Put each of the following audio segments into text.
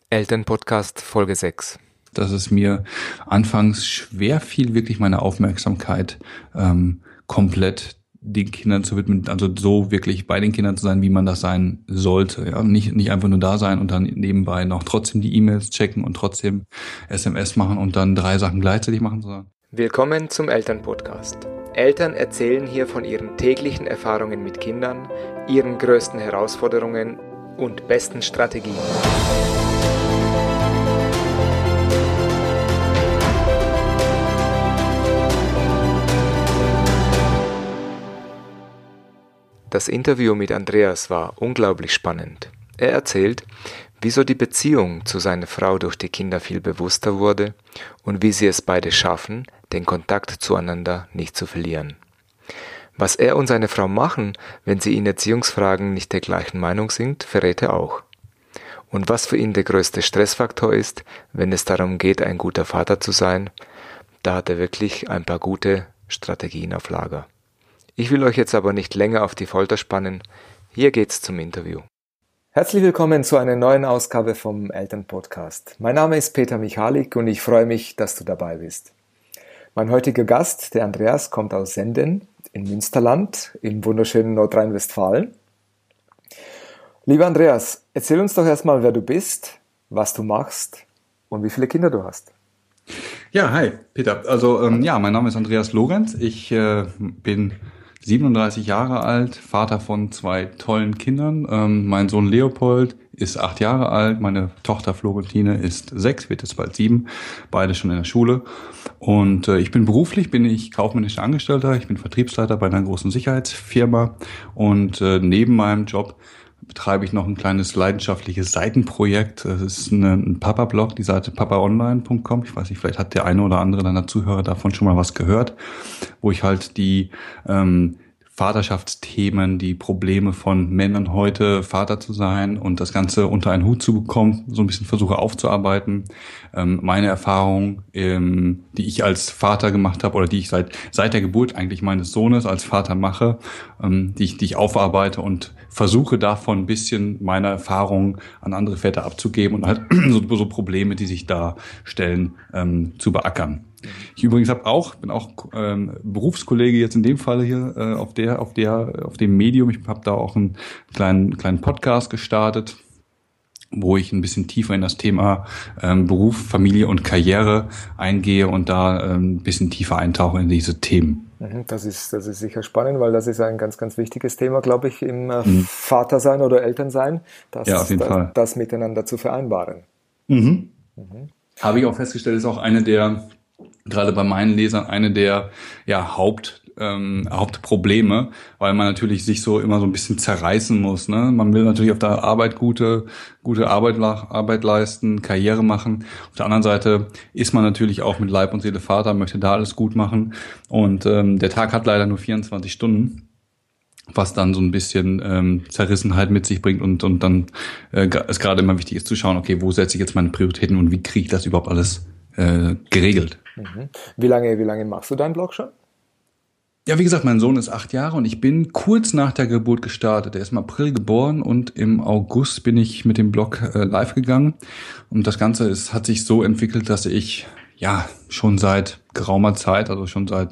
Elternpodcast Folge 6. Dass es mir anfangs schwer fiel, wirklich meine Aufmerksamkeit komplett den Kindern zu widmen, also so wirklich bei den Kindern zu sein, wie man das sein sollte. Ja? Nicht einfach nur da sein und dann nebenbei noch trotzdem die E-Mails checken und trotzdem SMS machen und dann 3 Sachen gleichzeitig machen, sondern Willkommen zum Elternpodcast. Eltern erzählen hier von ihren täglichen Erfahrungen mit Kindern, ihren größten Herausforderungen und besten Strategien. Das Interview mit Andreas war unglaublich spannend. Er erzählt, wieso die Beziehung zu seiner Frau durch die Kinder viel bewusster wurde und wie sie es beide schaffen, den Kontakt zueinander nicht zu verlieren. Was er und seine Frau machen, wenn sie in Erziehungsfragen nicht der gleichen Meinung sind, verrät er auch. Und was für ihn der größte Stressfaktor ist, wenn es darum geht, ein guter Vater zu sein, da hat er wirklich ein paar gute Strategien auf Lager. Ich will euch jetzt aber nicht länger auf die Folter spannen. Hier geht's zum Interview. Herzlich willkommen zu einer neuen Ausgabe vom Elternpodcast. Mein Name ist Peter Michalik und ich freue mich, dass du dabei bist. Mein heutiger Gast, der Andreas, kommt aus Senden in Münsterland im wunderschönen Nordrhein-Westfalen. Lieber Andreas, erzähl uns doch erstmal, wer du bist, was du machst und wie viele Kinder du hast. Ja, hi Peter. Also mein Name ist Andreas Lorenz. Ich bin 37 Jahre alt, Vater von 2 tollen Kindern. Mein Sohn Leopold ist 8 Jahre alt, meine Tochter Florentine ist 6, wird jetzt bald 7, beide schon in der Schule. Und ich bin kaufmännischer Angestellter, ich bin Vertriebsleiter bei einer großen Sicherheitsfirma und neben meinem Job betreibe ich noch ein kleines leidenschaftliches Seitenprojekt. Das ist ein Papa-Blog, die Seite papaonline.com. Ich weiß nicht, vielleicht hat der eine oder andere deiner Zuhörer davon schon mal was gehört, wo ich halt die Vaterschaftsthemen, die Probleme von Männern heute, Vater zu sein und das Ganze unter einen Hut zu bekommen, so ein bisschen versuche aufzuarbeiten. Meine Erfahrung, die ich als Vater gemacht habe oder die ich seit der Geburt eigentlich meines Sohnes als Vater mache, die ich aufarbeite und versuche davon ein bisschen meine Erfahrung an andere Väter abzugeben und halt so Probleme, die sich da stellen, zu beackern. Ich übrigens bin auch Berufskollege jetzt in dem Falle hier auf dem Medium. Ich habe da auch einen kleinen Podcast gestartet, wo ich ein bisschen tiefer in das Thema Beruf, Familie und Karriere eingehe und da ein bisschen tiefer eintauche in diese Themen. Das ist sicher spannend, weil das ist ein ganz, ganz wichtiges Thema, glaube ich, im Vatersein oder Elternsein, das miteinander zu vereinbaren. Habe ich auch festgestellt, ist auch gerade bei meinen Lesern eine der Hauptprobleme, weil man natürlich sich so immer so ein bisschen zerreißen muss. Ne? Man will natürlich auf der Arbeit gute Arbeit leisten, Karriere machen. Auf der anderen Seite ist man natürlich auch mit Leib und Seele Vater, möchte da alles gut machen. Und der Tag hat leider nur 24 Stunden. Was dann so ein bisschen Zerrissenheit mit sich bringt und dann es gerade immer wichtig ist zu schauen, okay, wo setze ich jetzt meine Prioritäten und wie kriege ich das überhaupt alles geregelt. Wie lange machst du deinen Blog schon? Ja, wie gesagt, mein Sohn ist 8 Jahre und ich bin kurz nach der Geburt gestartet. Er ist im April geboren und im August bin ich mit dem Blog live gegangen. Und das Ganze hat sich so entwickelt, dass ich schon seit geraumer Zeit, also schon seit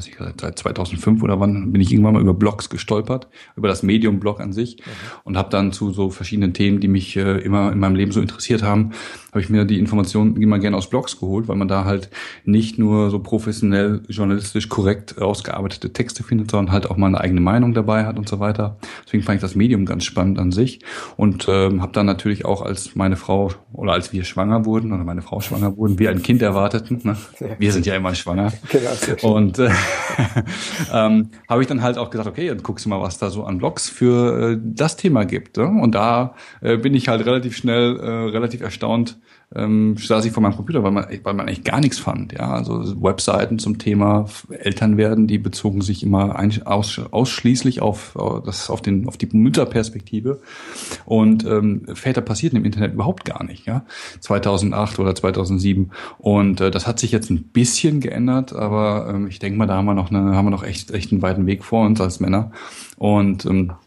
2005 oder wann, bin ich irgendwann mal über Blogs gestolpert, über das Medium-Blog an sich und habe dann zu so verschiedenen Themen, die mich immer in meinem Leben so interessiert haben, habe ich mir die Informationen immer gerne aus Blogs geholt, weil man da halt nicht nur so professionell, journalistisch korrekt ausgearbeitete Texte findet, sondern halt auch mal eine eigene Meinung dabei hat und so weiter. Deswegen fand ich das Medium ganz spannend an sich und habe dann natürlich auch, als meine Frau oder als wir schwanger wurden oder meine Frau schwanger wurden, wir ein Kind erwarteten, ne? Wir sind ja immer schwanger. Genau, und habe ich dann halt auch gesagt, okay, dann guckst du mal, was da so an Blogs für das Thema gibt. Ne? Und da bin ich halt relativ schnell, relativ erstaunt, saß ich vor meinem Computer, weil man eigentlich gar nichts fand. Ja, also Webseiten zum Thema Elternwerden, die bezogen sich immer ausschließlich auf die Mütterperspektive. Und Väter passierten im Internet überhaupt gar nicht. Ja, 2008 oder 2007. Und das hat sich jetzt ein bisschen geändert, aber ich denke mal, da haben wir noch echt einen weiten Weg vor uns als Männer. Und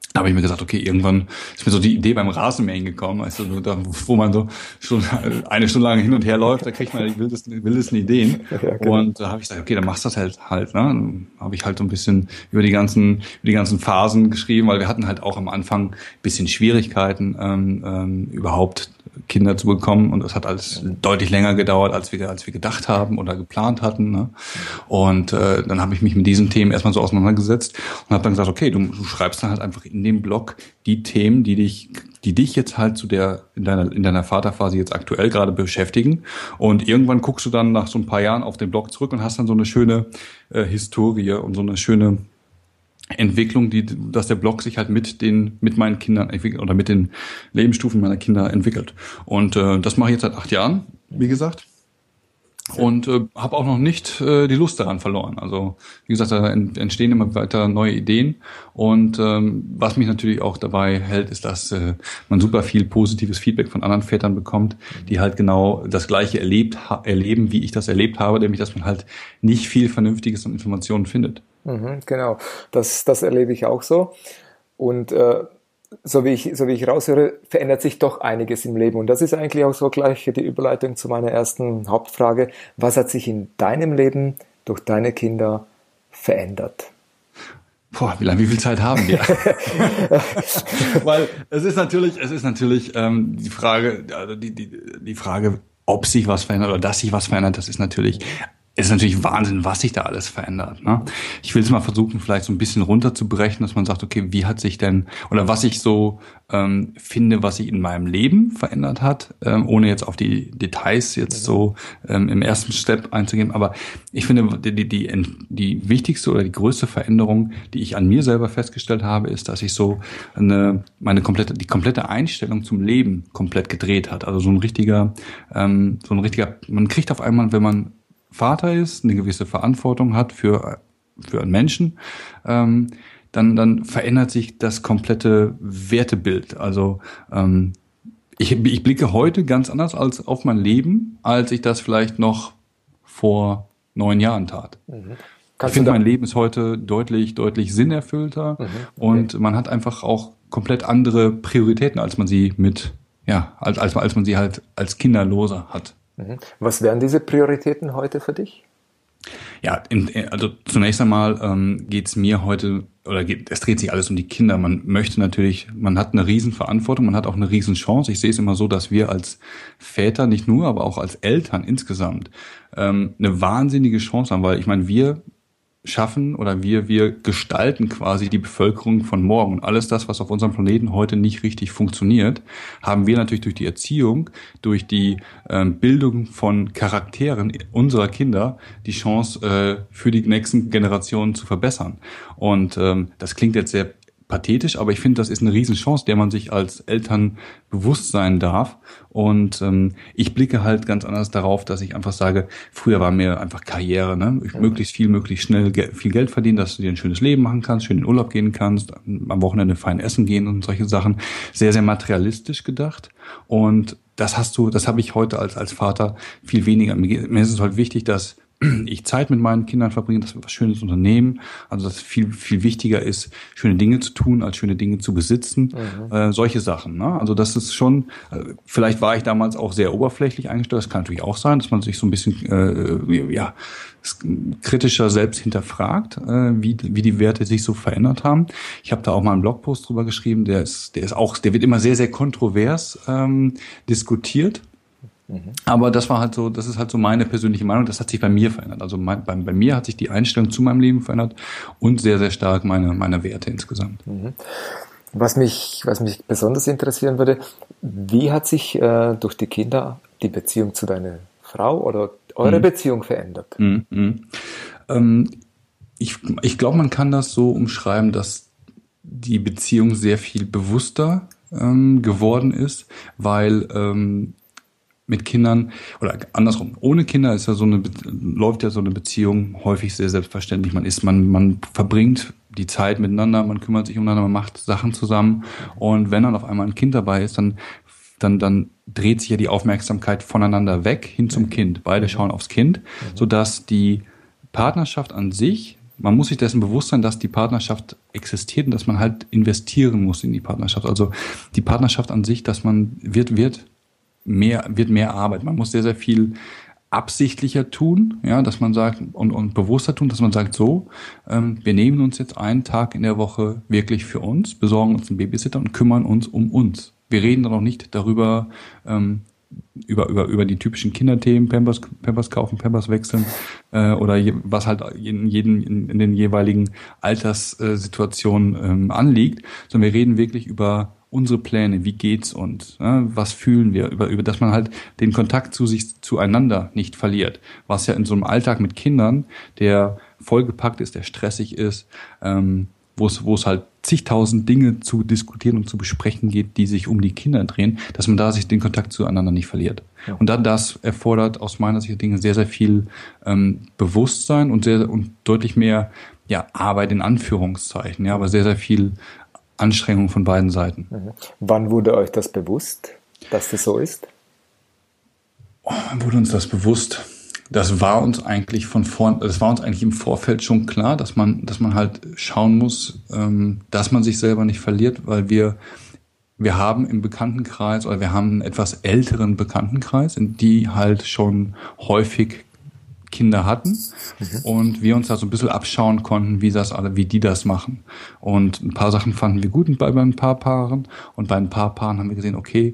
Da habe ich mir gesagt, okay, irgendwann ist mir so die Idee beim Rasenmähen gekommen, weißt du, da, wo man so schon eine Stunde lang hin und her läuft, da kriegt man die wildesten Ideen. Ja, genau. Und da habe ich gesagt, okay, dann machst du das halt, ne? Dann habe ich halt so ein bisschen über die ganzen Phasen geschrieben, weil wir hatten halt auch am Anfang ein bisschen Schwierigkeiten, überhaupt Kinder zu bekommen. Und das hat alles deutlich länger gedauert, als wir gedacht haben oder geplant hatten. Ne? Und dann habe ich mich mit diesen Themen erstmal so auseinandergesetzt und habe dann gesagt, okay, du schreibst dann halt einfach in dem Blog die Themen, die dich jetzt halt in deiner Vaterphase jetzt aktuell gerade beschäftigen. Und irgendwann guckst du dann nach so ein paar Jahren auf den Blog zurück und hast dann so eine schöne Historie und so eine schöne Entwicklung, dass der Blog sich halt mit meinen Kindern entwickelt oder mit den Lebensstufen meiner Kinder entwickelt. Und das mache ich jetzt seit 8 Jahren, wie gesagt. Und habe auch noch nicht die Lust daran verloren. Also wie gesagt, da entstehen immer weiter neue Ideen. Und was mich natürlich auch dabei hält, ist, dass man super viel positives Feedback von anderen Vätern bekommt, die halt genau das Gleiche erleben, wie ich das erlebt habe, nämlich dass man halt nicht viel Vernünftiges an Informationen findet. Genau, das erlebe ich auch so. Und so wie ich raushöre, verändert sich doch einiges im Leben. Und das ist eigentlich auch so gleich die Überleitung zu meiner ersten Hauptfrage. Was hat sich in deinem Leben durch deine Kinder verändert? Boah, wie viel Zeit haben wir? Weil es ist natürlich die Frage, also die Frage, ob sich was verändert oder dass sich was verändert, es ist natürlich Wahnsinn, was sich da alles verändert. Ne? Ich will es mal versuchen, vielleicht so ein bisschen runterzubrechen, dass man sagt, okay, wie hat sich denn, oder was ich so finde, was sich in meinem Leben verändert hat, ohne jetzt auf die Details jetzt so im ersten Step einzugehen. Aber ich finde, die wichtigste oder die größte Veränderung, die ich an mir selber festgestellt habe, ist, dass ich so die komplette Einstellung zum Leben komplett gedreht hat. Also so ein richtiger, man kriegt auf einmal, wenn man Vater ist, eine gewisse Verantwortung hat für einen Menschen, dann verändert sich das komplette Wertebild. Also ich blicke heute ganz anders als auf mein Leben, als ich das vielleicht noch vor 9 Jahren tat. Ich finde, mein Leben ist heute deutlich sinnerfüllter und man hat einfach auch komplett andere Prioritäten, als man sie als man sie halt als Kinderloser hat. Was wären diese Prioritäten heute für dich? Ja, also zunächst einmal geht's mir heute, es dreht sich alles um die Kinder. Man hat eine Riesenverantwortung, man hat auch eine Riesenchance. Ich sehe es immer so, dass wir als Väter nicht nur, aber auch als Eltern insgesamt eine wahnsinnige Chance haben, weil ich meine, wir schaffen oder wir gestalten quasi die Bevölkerung von morgen. Und alles das, was auf unserem Planeten heute nicht richtig funktioniert, haben wir natürlich durch die Erziehung, durch die Bildung von Charakteren unserer Kinder die Chance, für die nächsten Generationen zu verbessern. Und das klingt jetzt sehr pathetisch, aber ich finde, das ist eine Riesenchance, der man sich als Eltern bewusst sein darf. Und ich blicke halt ganz anders darauf, dass ich einfach sage, früher war mir einfach Karriere, ne? Möglichst viel, möglichst schnell viel Geld verdienen, dass du dir ein schönes Leben machen kannst, schön in den Urlaub gehen kannst, am Wochenende fein essen gehen und solche Sachen. Sehr, sehr materialistisch gedacht. Und das habe ich heute als Vater viel weniger. Mir ist es halt wichtig, dass ich Zeit mit meinen Kindern verbringe, dass wir was Schönes unternehmen. Also dass es viel, viel wichtiger ist, schöne Dinge zu tun, als schöne Dinge zu besitzen. Solche Sachen. Ne? Also das ist schon, vielleicht war ich damals auch sehr oberflächlich eingestellt. Das kann natürlich auch sein, dass man sich so ein bisschen kritischer selbst hinterfragt, wie die Werte sich so verändert haben. Ich habe da auch mal einen Blogpost drüber geschrieben, der wird immer sehr, sehr kontrovers diskutiert. Aber das ist halt so meine persönliche Meinung, das hat sich bei mir verändert. Also bei mir hat sich die Einstellung zu meinem Leben verändert und sehr, sehr stark meine Werte insgesamt. Was mich besonders interessieren würde, wie hat sich durch die Kinder die Beziehung zu deiner Frau oder eure Beziehung verändert? Ich glaube, man kann das so umschreiben, dass die Beziehung sehr viel bewusster geworden ist, weil mit Kindern oder andersrum, ohne Kinder läuft ja so eine Beziehung häufig sehr selbstverständlich. Man verbringt die Zeit miteinander, man kümmert sich umeinander, man macht Sachen zusammen und wenn dann auf einmal ein Kind dabei ist, dann dreht sich ja die Aufmerksamkeit voneinander weg hin zum Kind. Beide schauen aufs Kind, sodass die Partnerschaft an sich man muss sich dessen bewusst sein, dass die Partnerschaft existiert und dass man halt investieren muss in die Partnerschaft. Also die Partnerschaft an sich, dass man wird mehr Arbeit. Man muss sehr, sehr viel absichtlicher tun, ja, dass man sagt und bewusster tun, dass man sagt, so, wir nehmen uns jetzt einen Tag in der Woche wirklich für uns, besorgen uns einen Babysitter und kümmern uns um uns. Wir reden dann auch nicht darüber, über die typischen Kinderthemen, Pampers kaufen, Pampers wechseln, oder was halt in den jeweiligen Alterssituationen anliegt, sondern wir reden wirklich über unsere Pläne, wie geht's uns, was fühlen wir, über dass man halt den Kontakt zueinander nicht verliert, was ja in so einem Alltag mit Kindern, der vollgepackt ist, der stressig ist, wo es halt zigtausend Dinge zu diskutieren und zu besprechen geht, die sich um die Kinder drehen, dass man da sich den Kontakt zueinander nicht verliert. Ja. Und dann das erfordert aus meiner Sicht Dinge sehr, sehr viel Bewusstsein und deutlich mehr Arbeit in Anführungszeichen, aber sehr, sehr viel Anstrengung von beiden Seiten. Mhm. Wann wurde euch das bewusst, dass das so ist? Wann wurde uns das bewusst? Das war uns eigentlich im Vorfeld schon klar, dass man halt schauen muss, dass man sich selber nicht verliert, weil wir haben im Bekanntenkreis oder wir haben einen etwas älteren Bekanntenkreis, in die halt schon häufig Kinder hatten und wir uns da so ein bisschen abschauen konnten, wie die das machen. Und ein paar Sachen fanden wir gut bei ein paar Paaren und bei ein paar Paaren haben wir gesehen, okay,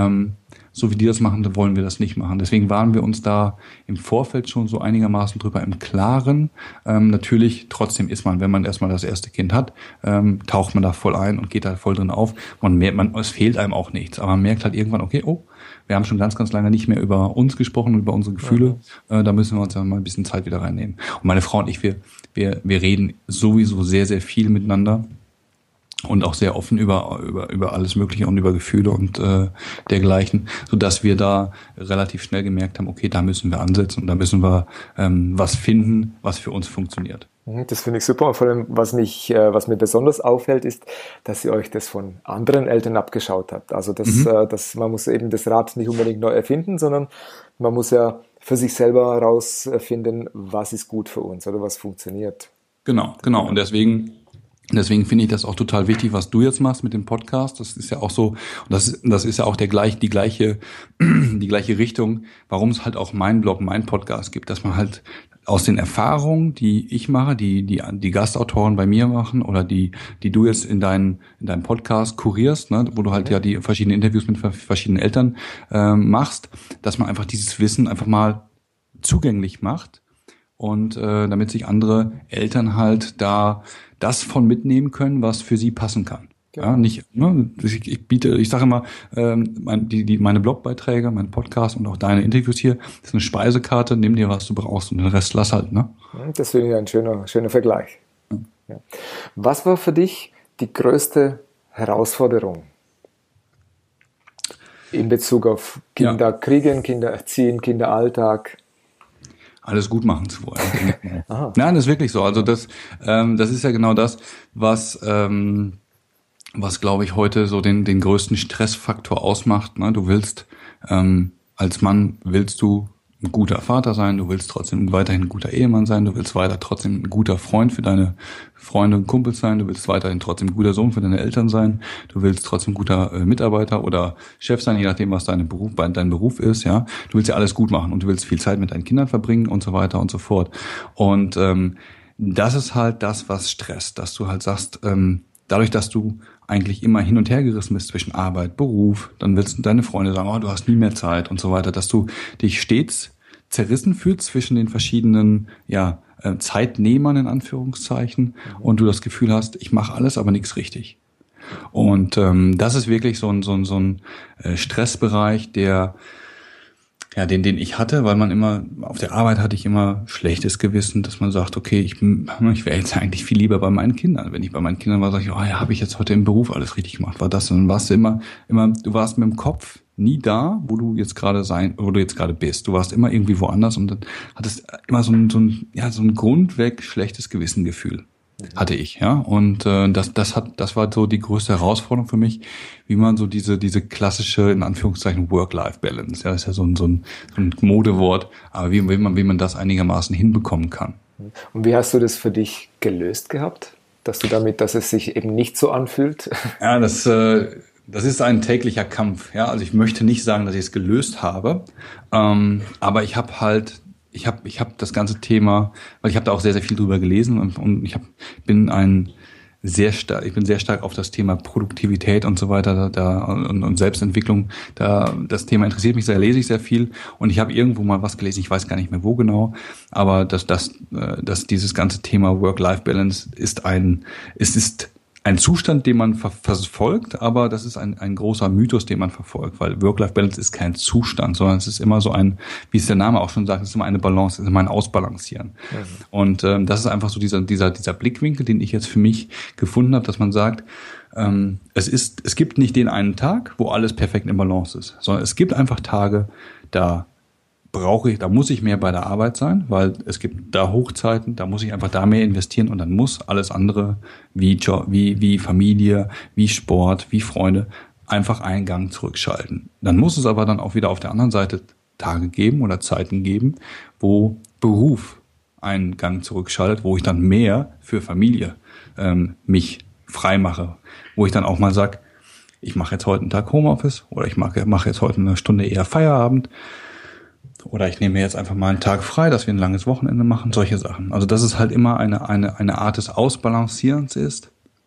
so wie die das machen, wollen wir das nicht machen. Deswegen waren wir uns da im Vorfeld schon so einigermaßen drüber im Klaren. Natürlich, trotzdem ist man, wenn man erstmal das erste Kind hat, taucht man da voll ein und geht da voll drin auf. Es fehlt einem auch nichts, aber man merkt halt irgendwann, okay, wir haben schon ganz, ganz lange nicht mehr über uns gesprochen und über unsere Gefühle. Da müssen wir uns dann mal ein bisschen Zeit wieder reinnehmen. Und meine Frau und ich, wir reden sowieso sehr, sehr viel miteinander. Und auch sehr offen über alles Mögliche und über Gefühle und dergleichen, sodass wir da relativ schnell gemerkt haben, okay, da müssen wir ansetzen und da müssen wir was finden, was für uns funktioniert. Das finde ich super. Und vor allem, was mir besonders auffällt, ist, dass ihr euch das von anderen Eltern abgeschaut habt. Also man muss eben das Rad nicht unbedingt neu erfinden, sondern man muss ja für sich selber herausfinden, was ist gut für uns oder was funktioniert. Genau. Und deswegen finde ich das auch total wichtig, was du jetzt machst mit dem Podcast. Das ist ja auch so, und das ist ja auch die gleiche Richtung, warum es halt auch meinen Blog, meinen Podcast gibt, dass man halt aus den Erfahrungen, die ich mache, die Gastautoren bei mir machen oder die du jetzt in deinem Podcast kurierst, ne, wo du halt ja die verschiedenen Interviews mit verschiedenen Eltern machst, dass man einfach dieses Wissen einfach mal zugänglich macht und damit sich andere Eltern halt da das von mitnehmen können, was für sie passen kann. Genau. Ja, nicht, ne, ich sage immer, meine Blogbeiträge, mein Podcast und auch deine Interviews hier, das ist eine Speisekarte, nimm dir, was du brauchst und den Rest lass halt, ne? Das finde ich ein schöner Vergleich. Ja. Was war für dich die größte Herausforderung in Bezug auf Kinder kriegen, Kinder erziehen, Kinderalltag? Alles gut machen zu wollen. Nein, das ist wirklich so. Also das ist ja genau das, was glaube ich heute so den größten Stressfaktor ausmacht. Ne? Du willst als Mann willst du ein guter Vater sein, du willst trotzdem weiterhin ein guter Ehemann sein, du willst weiter trotzdem ein guter Freund für deine Freunde und Kumpels sein, du willst weiterhin trotzdem ein guter Sohn für deine Eltern sein, du willst trotzdem ein guter Mitarbeiter oder Chef sein, je nachdem, was dein Beruf ist, ja. Du willst ja alles gut machen und du willst viel Zeit mit deinen Kindern verbringen und so weiter und so fort. Und das ist halt das, was stresst, dass du halt sagst, dadurch, dass du eigentlich immer hin und her gerissen bist zwischen Arbeit, Beruf, dann willst deine Freunde sagen, du hast nie mehr Zeit und so weiter, dass du dich stets zerrissen fühlst zwischen den verschiedenen Zeitnehmern in Anführungszeichen und du das Gefühl hast, ich mache alles, aber nichts richtig. Und das ist wirklich so ein Stressbereich, den ich hatte, weil man immer, auf der Arbeit hatte ich immer schlechtes Gewissen, dass man sagt, okay, ich wäre jetzt eigentlich viel lieber bei meinen Kindern. Wenn ich bei meinen Kindern war, sage ich, habe ich jetzt heute im Beruf alles richtig gemacht, war das? Und dann warst du immer, du warst mit dem Kopf nie da, wo du jetzt gerade bist. Du warst immer irgendwie woanders und dann hattest immer so ein grundweg schlechtes Gewissengefühl. Hatte ich, ja. Und das war so die größte Herausforderung für mich, wie man so diese klassische, in Anführungszeichen, Work-Life-Balance, ja, das ist ja so ein Modewort, aber wie man das einigermaßen hinbekommen kann. Und wie hast du das für dich gelöst gehabt? Dass es sich eben nicht so anfühlt? Ja, das ist ein täglicher Kampf. Ja, also ich möchte nicht sagen, dass ich es gelöst habe, aber ich habe das ganze Thema, weil ich habe da auch sehr, sehr viel drüber gelesen und ich bin sehr stark auf das Thema Produktivität und so weiter und Selbstentwicklung. Das Thema interessiert mich sehr, lese ich sehr viel und ich habe irgendwo mal was gelesen, ich weiß gar nicht mehr wo genau, aber dass dieses ganze Thema Work-Life-Balance ist ein Zustand, den man verfolgt, aber das ist ein großer Mythos, den man verfolgt, weil Work-Life-Balance ist kein Zustand, sondern es ist immer so wie es der Name auch schon sagt, es ist immer eine Balance, es ist immer ein Ausbalancieren. Mhm. Und das ist einfach so dieser Blickwinkel, den ich jetzt für mich gefunden habe, dass man sagt, es gibt nicht den einen Tag, wo alles perfekt in Balance ist, sondern es gibt einfach Tage, da muss ich mehr bei der Arbeit sein, weil es gibt da Hochzeiten, da muss ich einfach da mehr investieren und dann muss alles andere wie Job, wie Familie, wie Sport, wie Freunde einfach einen Gang zurückschalten. Dann muss es aber dann auch wieder auf der anderen Seite Tage geben oder Zeiten geben, wo Beruf einen Gang zurückschaltet, wo ich dann mehr für Familie mich frei mache, wo ich dann auch mal sage, ich mache jetzt heute einen Tag Homeoffice oder ich mache jetzt heute eine Stunde eher Feierabend. Oder ich nehme mir jetzt einfach mal einen Tag frei, dass wir ein langes Wochenende machen, solche Sachen. Also dass es halt immer eine Art des Ausbalancierens ist,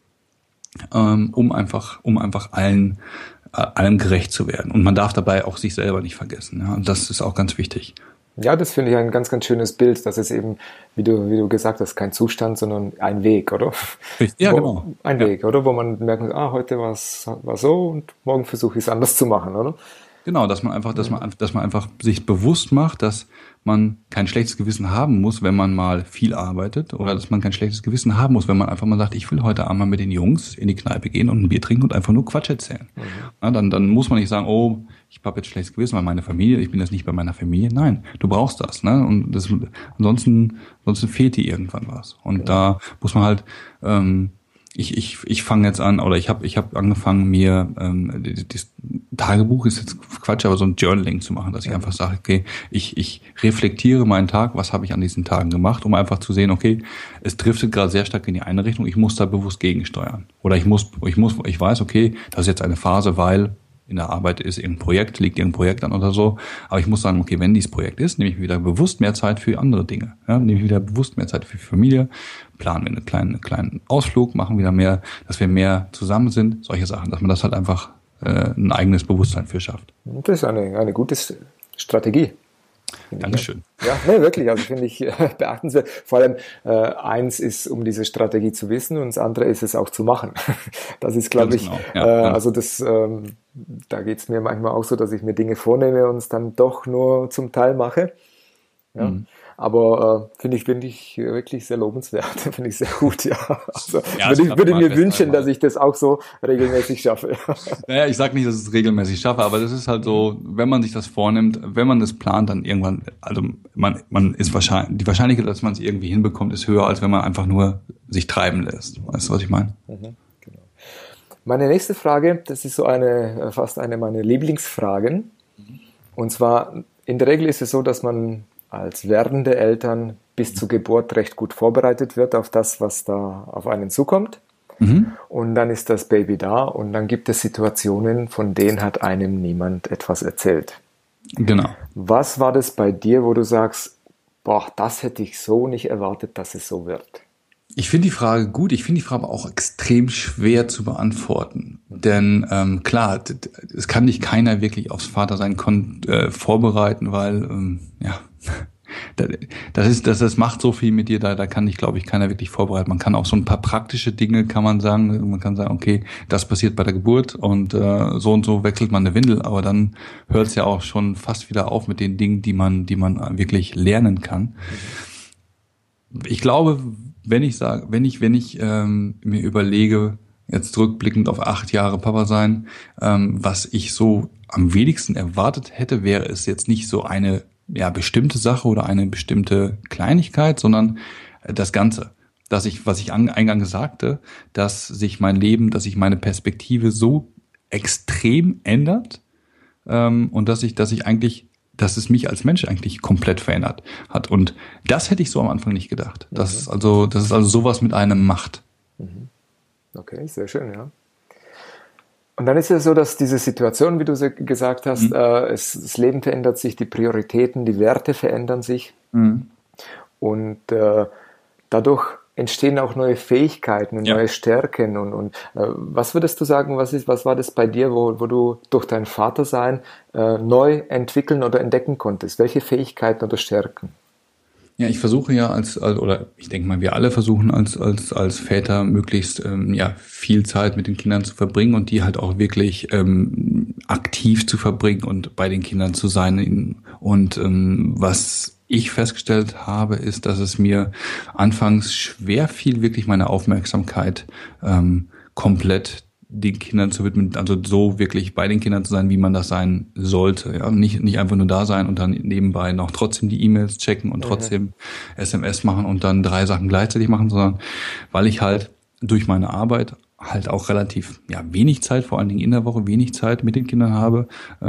um einfach allem gerecht zu werden. Und man darf dabei auch sich selber nicht vergessen. Ja? Und das ist auch ganz wichtig. Ja, das finde ich ein ganz, ganz schönes Bild. Das ist eben, wie du gesagt hast, kein Zustand, sondern ein Weg, oder? Ja, genau. Ein Weg, oder? Wo man merkt, heute war so und morgen versuche ich es anders zu machen, oder? Genau, dass man einfach sich bewusst macht, dass man kein schlechtes Gewissen haben muss, wenn man mal viel arbeitet, oder dass man kein schlechtes Gewissen haben muss, wenn man einfach mal sagt, ich will heute Abend mal mit den Jungs in die Kneipe gehen und ein Bier trinken und einfach nur Quatsch erzählen. Mhm. Ja, dann muss man nicht sagen, oh, ich habe jetzt schlechtes Gewissen, weil meine Familie, ich bin jetzt nicht bei meiner Familie. Nein, du brauchst das, ne? Und ansonsten fehlt dir irgendwann was. Und da muss man halt ich fange jetzt an, oder ich habe angefangen, mir das Tagebuch ist jetzt Quatsch, aber so ein Journaling zu machen, dass ich einfach sage, okay, ich reflektiere meinen Tag, was habe ich an diesen Tagen gemacht, um einfach zu sehen, okay, es driftet gerade sehr stark in die eine Richtung, ich muss da bewusst gegensteuern. Oder ich weiß, okay, das ist jetzt eine Phase, weil in der Arbeit liegt irgendein Projekt an oder so. Aber ich muss sagen, okay, wenn dieses Projekt ist, nehme ich wieder bewusst mehr Zeit für andere Dinge. Ja, nehme ich wieder bewusst mehr Zeit für Familie, planen wir einen kleinen Ausflug, machen wieder mehr, dass wir mehr zusammen sind, solche Sachen, dass man das halt einfach ein eigenes Bewusstsein für schafft. Das ist eine gute Strategie. Dankeschön. Ja, nee, wirklich, also finde ich beachtenswert. Vor allem eins ist, um diese Strategie zu wissen und das andere ist es auch zu machen. Das ist, glaube ich, genau. Also da geht es mir manchmal auch so, dass ich mir Dinge vornehme und es dann doch nur zum Teil mache. Ja. Mhm. Aber finde ich wirklich sehr lobenswert, finde ich sehr gut, ja. Also würde ich mir wünschen, dass ich das auch so regelmäßig schaffe. Naja, ich sage nicht, dass ich es regelmäßig schaffe, aber das ist halt so, wenn man sich das vornimmt, wenn man das plant, dann irgendwann, also man ist wahrscheinlich, die Wahrscheinlichkeit, dass man es irgendwie hinbekommt, ist höher, als wenn man einfach nur sich treiben lässt. Weißt du, was ich meine? Mhm, genau. Meine nächste Frage, das ist so fast eine meiner Lieblingsfragen. Und zwar, in der Regel ist es so, dass man als werdende Eltern bis zur Geburt recht gut vorbereitet wird auf das, was da auf einen zukommt. Mhm. Und dann ist das Baby da und dann gibt es Situationen, von denen hat einem niemand etwas erzählt. Genau. Was war das bei dir, wo du sagst, boah, das hätte ich so nicht erwartet, dass es so wird? Ich finde die Frage gut, ich finde die Frage aber auch extrem schwer zu beantworten. Denn klar, es kann dich keiner wirklich aufs Vatersein vorbereiten, weil das macht so viel mit dir, da kann dich, glaube ich, keiner wirklich vorbereiten. Man kann auch so ein paar praktische Dinge, kann man sagen. Man kann sagen, okay, das passiert bei der Geburt und so wechselt man eine Windel, aber dann hört es ja auch schon fast wieder auf mit den Dingen, die man wirklich lernen kann. Ich glaube, wenn ich mir überlege, jetzt rückblickend auf 8 Jahre Papa sein, was ich so am wenigsten erwartet hätte, wäre es jetzt nicht so eine bestimmte Sache oder eine bestimmte Kleinigkeit, sondern das Ganze. Was ich eingangs sagte, dass sich meine Perspektive so extrem ändert und dass ich eigentlich dass es mich als Mensch eigentlich komplett verändert hat. Und das hätte ich so am Anfang nicht gedacht. Dass es also sowas mit einem macht. Okay, sehr schön, ja. Und dann ist es so, dass diese Situation, wie du gesagt hast, das Leben verändert sich, die Prioritäten, die Werte verändern sich. Und dadurch entstehen auch neue Fähigkeiten und neue Stärken. Und was würdest du sagen, was war das bei dir, wo du durch dein Vatersein neu entwickeln oder entdecken konntest? Welche Fähigkeiten oder Stärken? Ja, ich versuche ja oder ich denke mal, wir alle versuchen als Väter möglichst viel Zeit mit den Kindern zu verbringen und die halt auch wirklich aktiv zu verbringen und bei den Kindern zu sein. Und was ich festgestellt habe, ist, dass es mir anfangs schwer fiel, wirklich meine Aufmerksamkeit komplett den Kindern zu widmen, also so wirklich bei den Kindern zu sein, wie man das sein sollte. Ja, nicht einfach nur da sein und dann nebenbei noch trotzdem die E-Mails checken und trotzdem SMS machen und dann 3 Sachen gleichzeitig machen, sondern weil ich halt durch meine Arbeit halt auch relativ wenig Zeit, vor allen Dingen in der Woche wenig Zeit mit den Kindern habe,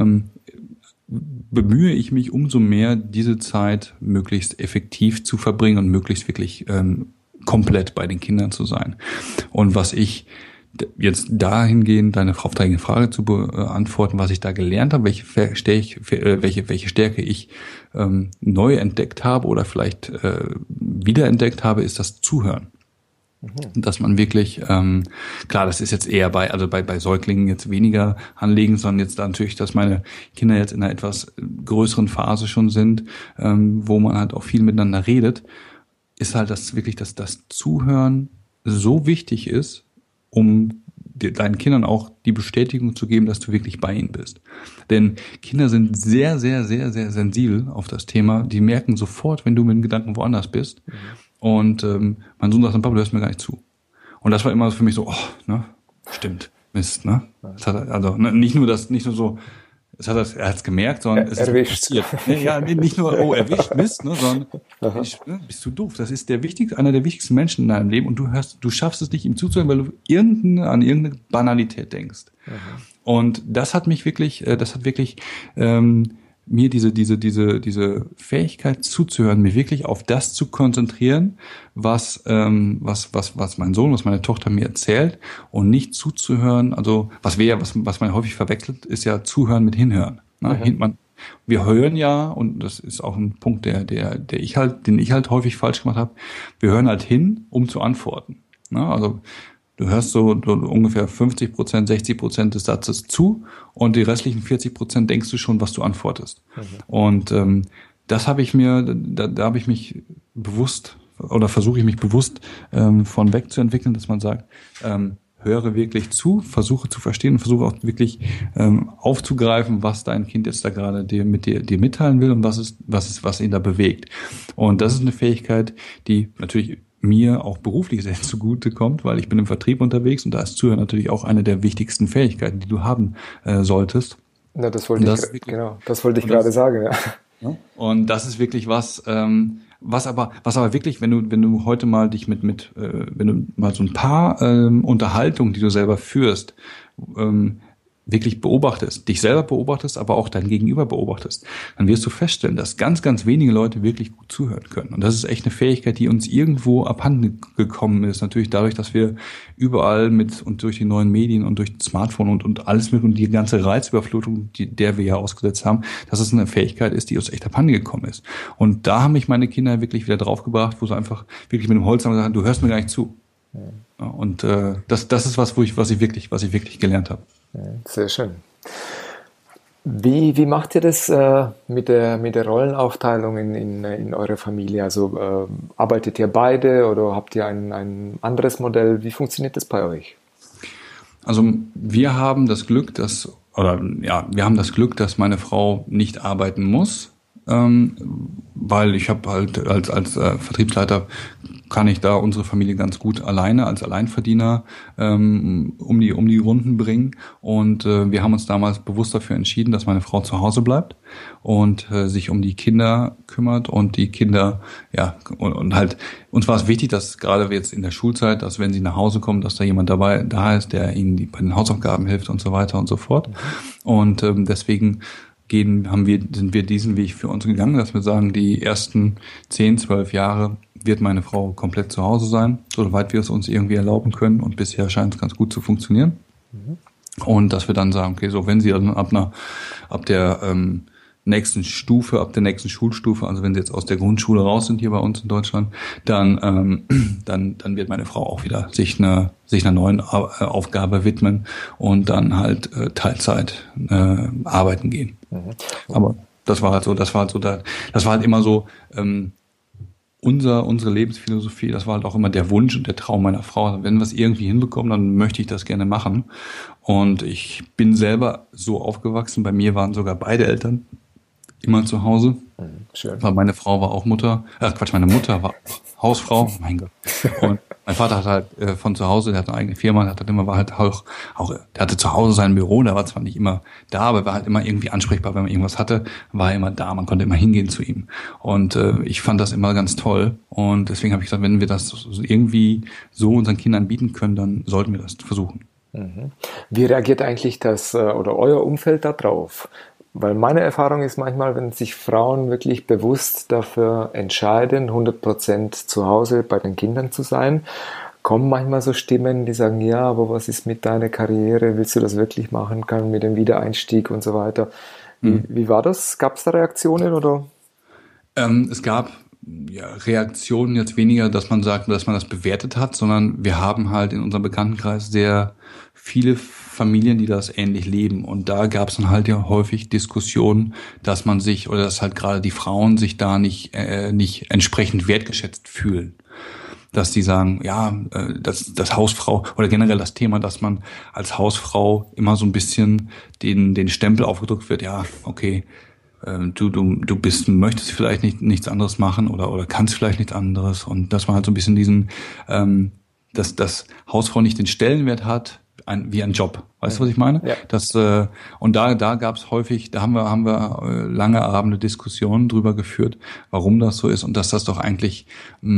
bemühe ich mich umso mehr, diese Zeit möglichst effektiv zu verbringen und möglichst wirklich komplett bei den Kindern zu sein. Und was ich jetzt dahingehend auf deine Frage zu beantworten, was ich da gelernt habe, welche Stärke ich neu entdeckt habe oder vielleicht wiederentdeckt habe, ist das Zuhören. Dass man wirklich, klar, das ist jetzt eher bei Säuglingen jetzt weniger anlegen, sondern jetzt natürlich, dass meine Kinder jetzt in einer etwas größeren Phase schon sind, wo man halt auch viel miteinander redet, ist halt das Zuhören so wichtig ist, um deinen Kindern auch die Bestätigung zu geben, dass du wirklich bei ihnen bist. Denn Kinder sind sehr, sehr, sehr, sehr sensibel auf das Thema. Die merken sofort, wenn du mit den Gedanken woanders bist. Und mein Sohn sagt dann, Papa, du hörst mir gar nicht zu. Und das war immer für mich so, stimmt, Mist, ne? Nicht nur so, er hat's gemerkt, sondern es erwischt. Ist passiert. Ja, nicht nur, erwischt, Mist, ne, sondern bist du doof. Das ist einer der wichtigsten Menschen in deinem Leben und du schaffst es nicht, ihm zuzuhören, weil du an irgendeine Banalität denkst. Und das hat wirklich mir diese Fähigkeit zuzuhören, mir wirklich auf das zu konzentrieren, was mein Sohn, was meine Tochter mir erzählt und nicht zuzuhören, also was man häufig verwechselt, ist ja Zuhören mit Hinhören. Ne? Wir hören ja, und das ist auch ein Punkt, den ich halt häufig falsch gemacht habe, wir hören halt hin, um zu antworten. Ne? Also du hörst so ungefähr 50%, 60% des Satzes zu und die restlichen 40% denkst du schon, was du antwortest. Und das habe ich da habe ich mich bewusst oder versuche ich mich bewusst von weg zu entwickeln, dass man sagt, höre wirklich zu, versuche zu verstehen und versuche auch wirklich aufzugreifen, was dein Kind jetzt da gerade dir mitteilen will und was ihn da bewegt. Und das ist eine Fähigkeit, die natürlich mir auch beruflich sehr zugute kommt, weil ich bin im Vertrieb unterwegs und da ist Zuhören natürlich auch eine der wichtigsten Fähigkeiten, die du haben solltest. Ja, das wollte ich gerade sagen, ja. Und das ist wirklich was aber wirklich, wenn du heute mal dich wenn du mal so ein paar Unterhaltungen, die du selber führst, wirklich beobachtest, dich selber beobachtest, aber auch dein Gegenüber beobachtest, dann wirst du feststellen, dass ganz, ganz wenige Leute wirklich gut zuhören können. Und das ist echt eine Fähigkeit, die uns irgendwo abhanden gekommen ist. Natürlich dadurch, dass wir überall und durch die neuen Medien und durch das Smartphone und alles mit und die ganze Reizüberflutung, der wir ja ausgesetzt haben, dass es eine Fähigkeit ist, die uns echt abhanden gekommen ist. Und da haben mich meine Kinder wirklich wieder draufgebracht, wo sie einfach wirklich mit dem Holz haben gesagt, du hörst mir gar nicht zu. Ja, und das ist was ich wirklich gelernt habe. Sehr schön. Wie macht ihr das mit der Rollenaufteilung in eurer Familie? Also arbeitet ihr beide oder habt ihr ein anderes Modell? Wie funktioniert das bei euch? Also wir haben das Glück, dass meine Frau nicht arbeiten muss, weil ich habe halt als Vertriebsleiter kann ich da unsere Familie ganz gut alleine als Alleinverdiener um die Runden bringen. Und wir haben uns damals bewusst dafür entschieden, dass meine Frau zu Hause bleibt und sich um die Kinder kümmert und die Kinder, und halt, uns war es wichtig, dass gerade jetzt in der Schulzeit, dass wenn sie nach Hause kommen, dass da jemand da ist, der ihnen bei den Hausaufgaben hilft und so weiter und so fort. Und deswegen sind wir diesen Weg für uns gegangen, dass wir sagen, die ersten 10, 12 Jahre wird meine Frau komplett zu Hause sein, soweit wir es uns irgendwie erlauben können. Und bisher scheint es ganz gut zu funktionieren. Und dass wir dann sagen, okay, so wenn sie dann ab der nächsten Schulstufe, also wenn sie jetzt aus der Grundschule raus sind hier bei uns in Deutschland, dann wird meine Frau auch wieder sich einer neuen Aufgabe widmen und dann halt Teilzeit arbeiten gehen. Aber das war halt immer so unsere Lebensphilosophie, das war halt auch immer der Wunsch und der Traum meiner Frau. Also wenn wir es irgendwie hinbekommen, dann möchte ich das gerne machen. Und ich bin selber so aufgewachsen, bei mir waren sogar beide Eltern immer zu Hause. Schön. Weil meine Frau war auch meine Mutter war Hausfrau, mein Gott. Und mein Vater hat halt von zu Hause, der hat eine eigene Firma, der hatte zu Hause sein Büro, der war zwar nicht immer da, aber war halt immer irgendwie ansprechbar, wenn man irgendwas hatte, war er immer da, man konnte immer hingehen zu ihm. Und ich fand das immer ganz toll. Und deswegen habe ich gesagt, wenn wir das irgendwie so unseren Kindern bieten können, dann sollten wir das versuchen. Wie reagiert eigentlich oder euer Umfeld da drauf? Weil meine Erfahrung ist manchmal, wenn sich Frauen wirklich bewusst dafür entscheiden, 100% zu Hause bei den Kindern zu sein, kommen manchmal so Stimmen, die sagen, ja, aber was ist mit deiner Karriere? Willst du das wirklich machen können mit dem Wiedereinstieg und so weiter? Wie war das? Gab es da Reaktionen oder? Es gab Reaktionen jetzt weniger, dass man sagt, dass man das bewertet hat, sondern wir haben halt in unserem Bekanntenkreis sehr viele Familien, die das ähnlich leben. Und da gab es dann halt ja häufig Diskussionen, dass man sich oder dass halt gerade die Frauen sich da nicht entsprechend wertgeschätzt fühlen. Dass die sagen, das Hausfrau oder generell das Thema, dass man als Hausfrau immer so ein bisschen den Stempel aufgedrückt wird, ja, okay, du möchtest vielleicht nichts anderes machen oder kannst vielleicht nichts anderes. Und dass man halt so ein bisschen dass Hausfrau nicht den Stellenwert hat, wie ein Job. Weißt du, was ich meine? Ja. Und da gab's häufig, da haben wir lange Abende Diskussionen drüber geführt, warum das so ist und dass das doch eigentlich,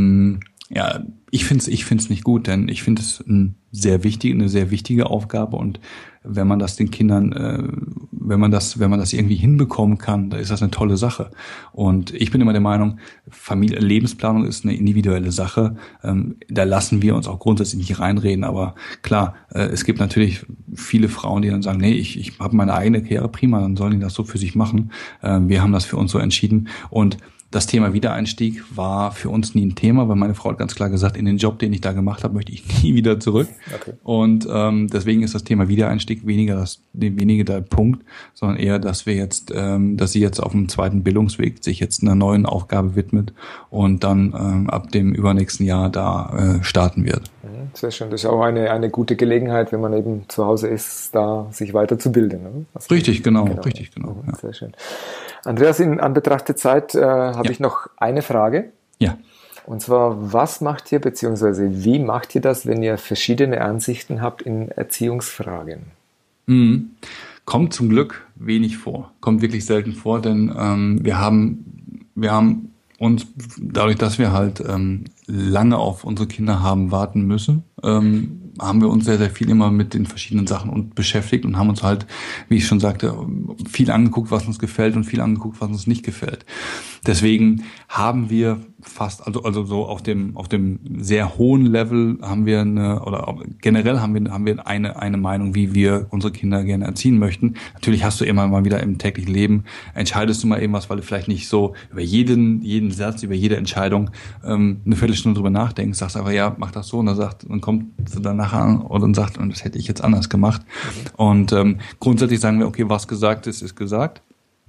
ich find's nicht gut, denn ich finde es eine sehr wichtige Aufgabe und wenn man das den Kindern, wenn man das irgendwie hinbekommen kann, da ist das eine tolle Sache. Und ich bin immer der Meinung, Lebensplanung ist eine individuelle Sache. Da lassen wir uns auch grundsätzlich nicht reinreden. Aber klar, es gibt natürlich viele Frauen, die dann sagen, nee, ich habe meine eigene Karriere, prima, dann sollen die das so für sich machen. Wir haben das für uns so entschieden. Und das Thema Wiedereinstieg war für uns nie ein Thema, weil meine Frau hat ganz klar gesagt, in den Job, den ich da gemacht habe, möchte ich nie wieder zurück. Okay. Und deswegen ist das Thema Wiedereinstieg weniger der Punkt, sondern eher, dass sie jetzt auf dem zweiten Bildungsweg sich jetzt einer neuen Aufgabe widmet und dann ab dem übernächsten Jahr da starten wird. Sehr schön. Das ist auch eine gute Gelegenheit, wenn man eben zu Hause ist, da sich weiterzubilden. Ne? Richtig, genau. Ja. Sehr schön. Andreas, in Anbetracht der Zeit habe ich noch eine Frage. Ja. Und zwar, was macht ihr, beziehungsweise wie macht ihr das, wenn ihr verschiedene Ansichten habt in Erziehungsfragen? Kommt zum Glück wenig vor. Kommt wirklich selten vor, denn wir haben uns, dadurch, dass wir halt lange auf unsere Kinder haben warten müssen, haben wir uns sehr, sehr viel immer mit den verschiedenen Sachen beschäftigt und haben uns halt, wie ich schon sagte, viel angeguckt, was uns gefällt und viel angeguckt, was uns nicht gefällt. Deswegen haben wir fast, also so auf dem sehr hohen Level haben wir generell haben wir eine Meinung, wie wir unsere Kinder gerne erziehen möchten. Natürlich hast du immer mal wieder im täglichen Leben, entscheidest du mal irgendwas, weil du vielleicht nicht so über jeden Satz, über jede Entscheidung eine Viertelstunde drüber nachdenkst, sagst einfach, ja, mach das so und dann kommt sie dann nachher an und sagt, und das hätte ich jetzt anders gemacht. Und grundsätzlich sagen wir, okay, was gesagt ist, ist gesagt.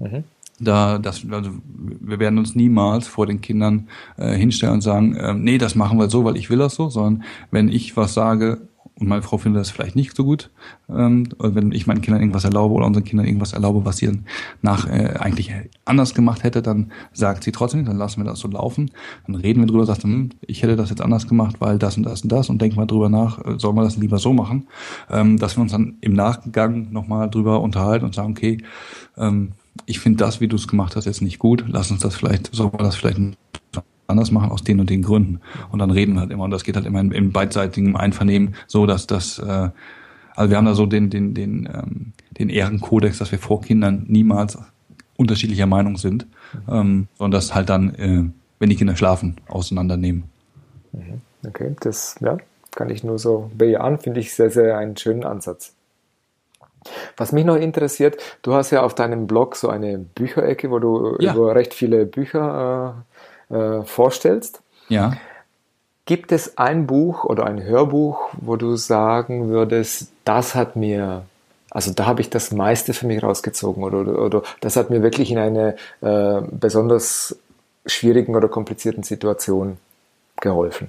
Wir werden uns niemals vor den Kindern hinstellen und sagen, nee, das machen wir so, weil ich will das so, sondern wenn ich was sage und meine Frau findet das vielleicht nicht so gut, oder wenn ich meinen Kindern irgendwas erlaube oder unseren Kindern irgendwas erlaube, was sie dann eigentlich anders gemacht hätte, dann sagt sie trotzdem, dann lassen wir das so laufen, dann reden wir drüber, sagt, ich hätte das jetzt anders gemacht, weil das und das und das und denken wir drüber nach, sollen wir das lieber so machen, dass wir uns dann im Nachgang nochmal drüber unterhalten und sagen, okay, ich finde das, wie du es gemacht hast, jetzt nicht gut, sollen wir das vielleicht anders machen aus den und den Gründen. Und dann reden wir halt immer. Und das geht halt immer im beidseitigen Einvernehmen so, dass also wir haben da so den Ehrenkodex, dass wir vor Kindern niemals unterschiedlicher Meinung sind, sondern das halt dann, wenn die Kinder schlafen, auseinandernehmen. Okay, das kann ich nur so bejahen, finde ich sehr, sehr einen schönen Ansatz. Was mich noch interessiert, du hast ja auf deinem Blog so eine Bücherecke, wo du über recht viele Bücher vorstellst. Ja. Gibt es ein Buch oder ein Hörbuch, wo du sagen würdest, das hat mir, also da habe ich das meiste für mich rausgezogen oder das hat mir wirklich in eine besonders schwierigen oder komplizierten Situation geholfen?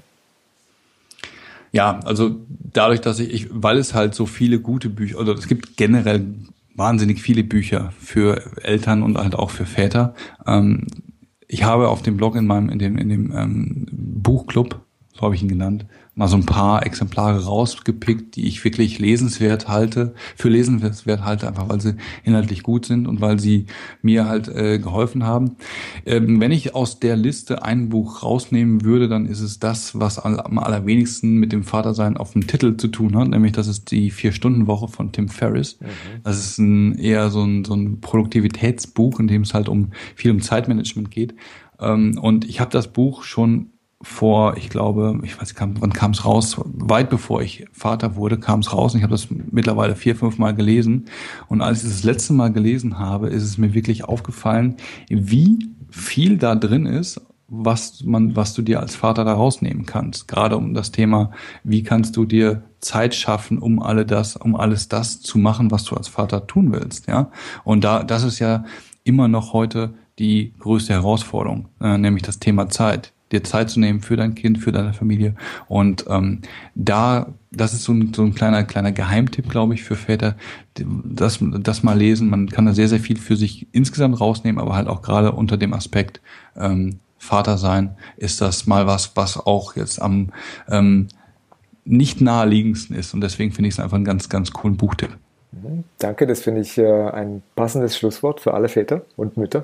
Ja, also dadurch, dass weil es halt so viele gute Bücher, oder es gibt generell wahnsinnig viele Bücher für Eltern und halt auch für Väter. Ich habe auf dem Blog in dem Buchclub, so habe ich ihn genannt, mal so ein paar Exemplare rausgepickt, die ich wirklich lesenswert halte, einfach weil sie inhaltlich gut sind und weil sie mir halt geholfen haben. Wenn ich aus der Liste ein Buch rausnehmen würde, dann ist es das, was am allerwenigsten mit dem Vatersein auf dem Titel zu tun hat, nämlich das ist die 4-Stunden-Woche von Tim Ferriss. Das ist eher so ein Produktivitätsbuch, in dem es halt viel um Zeitmanagement geht. Und ich habe das Buch schon vor, ich glaube, ich weiß nicht, wann kam es raus? Weit bevor ich Vater wurde, kam es raus und ich habe das mittlerweile 4-5 Mal gelesen. Und als ich das letzte Mal gelesen habe, ist es mir wirklich aufgefallen, wie viel da drin ist, was du dir als Vater da rausnehmen kannst. Gerade um das Thema, wie kannst du dir Zeit schaffen, um alles das zu machen, was du als Vater tun willst, ja? Und das ist ja immer noch heute die größte Herausforderung, nämlich das Thema Zeit. Dir Zeit zu nehmen für dein Kind, für deine Familie. Und das ist so ein kleiner Geheimtipp, glaube ich, für Väter, das mal lesen. Man kann da sehr, sehr viel für sich insgesamt rausnehmen, aber halt auch gerade unter dem Aspekt Vater sein, ist das mal was auch jetzt am nicht naheliegendsten ist. Und deswegen finde ich es einfach einen ganz, ganz coolen Buchtipp. Danke, das finde ich ein passendes Schlusswort für alle Väter und Mütter.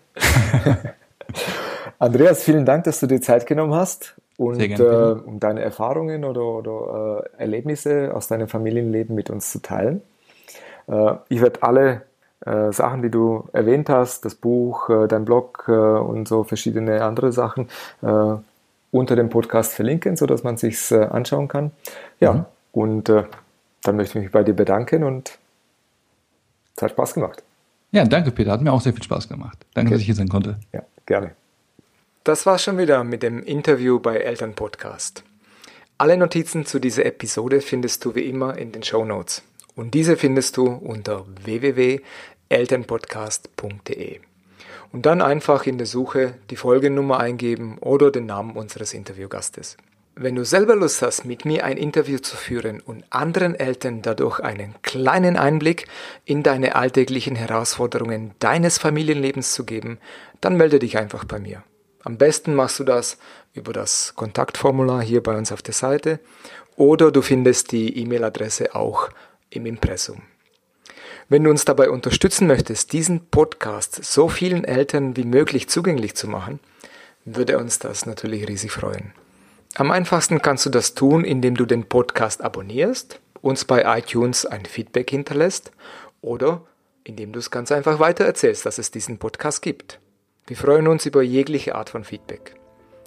Andreas, vielen Dank, dass du dir Zeit genommen hast und um deine Erfahrungen oder Erlebnisse aus deinem Familienleben mit uns zu teilen. Ich werde alle Sachen, die du erwähnt hast, das Buch, dein Blog und so verschiedene andere Sachen unter dem Podcast verlinken, sodass man es sich anschauen kann. Ja, und dann möchte ich mich bei dir bedanken und es hat Spaß gemacht. Ja, danke Peter, hat mir auch sehr viel Spaß gemacht. Danke, dass ich hier sein konnte. Ja, gerne. Das war's schon wieder mit dem Interview bei Elternpodcast. Alle Notizen zu dieser Episode findest du wie immer in den Shownotes. Und diese findest du unter www.elternpodcast.de. Und dann einfach in der Suche die Folgennummer eingeben oder den Namen unseres Interviewgastes. Wenn du selber Lust hast, mit mir ein Interview zu führen und anderen Eltern dadurch einen kleinen Einblick in deine alltäglichen Herausforderungen deines Familienlebens zu geben, dann melde dich einfach bei mir. Am besten machst du das über das Kontaktformular hier bei uns auf der Seite oder du findest die E-Mail-Adresse auch im Impressum. Wenn du uns dabei unterstützen möchtest, diesen Podcast so vielen Eltern wie möglich zugänglich zu machen, würde uns das natürlich riesig freuen. Am einfachsten kannst du das tun, indem du den Podcast abonnierst, uns bei iTunes ein Feedback hinterlässt oder indem du es ganz einfach weitererzählst, dass es diesen Podcast gibt. Wir freuen uns über jegliche Art von Feedback.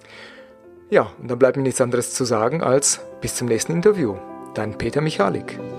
Ja, und dann bleibt mir nichts anderes zu sagen als bis zum nächsten Interview. Dein Peter Michalik.